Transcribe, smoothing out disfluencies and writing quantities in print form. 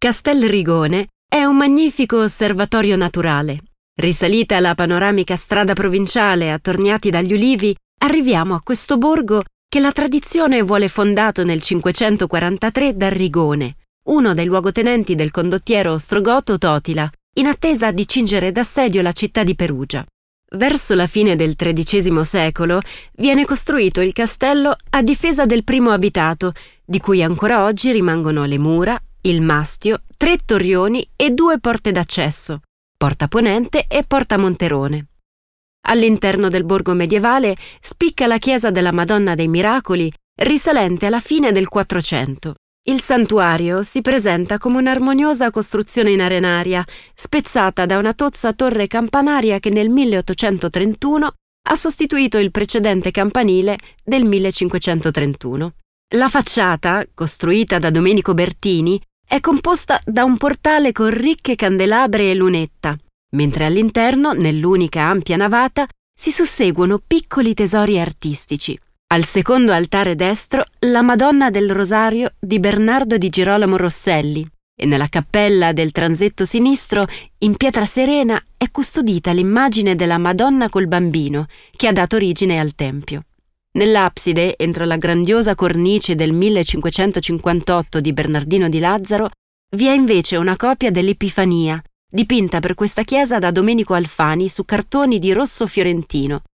Castel Rigone è un magnifico osservatorio naturale. Risalita la panoramica strada provinciale attorniati dagli ulivi, arriviamo a questo borgo che la tradizione vuole fondato nel 543 da Rigone, uno dei luogotenenti del condottiero ostrogoto Totila, in attesa di cingere d'assedio la città di Perugia. Verso la fine del XIII secolo viene costruito il castello a difesa del primo abitato, di cui ancora oggi rimangono le mura, il mastio, 3 torrioni e 2 porte d'accesso, Porta Ponente e Porta Monterone. All'interno del borgo medievale spicca la chiesa della Madonna dei Miracoli, risalente alla fine del 400. Il santuario si presenta come un'armoniosa costruzione in arenaria, spezzata da una tozza torre campanaria che nel 1831 ha sostituito il precedente campanile del 1531. La facciata, costruita da Domenico Bertini, è composta da un portale con ricche candelabre e lunetta, mentre all'interno, nell'unica ampia navata, si susseguono piccoli tesori artistici. Al secondo altare destro, la Madonna del Rosario di Bernardo di Girolamo Rosselli, e nella cappella del transetto sinistro, in pietra serena, è custodita l'immagine della Madonna col Bambino, che ha dato origine al Tempio. Nell'abside, entro la grandiosa cornice del 1558 di Bernardino di Lazzaro, vi è invece una copia dell'Epifania, dipinta per questa chiesa da Domenico Alfani su cartoni di rosso fiorentino,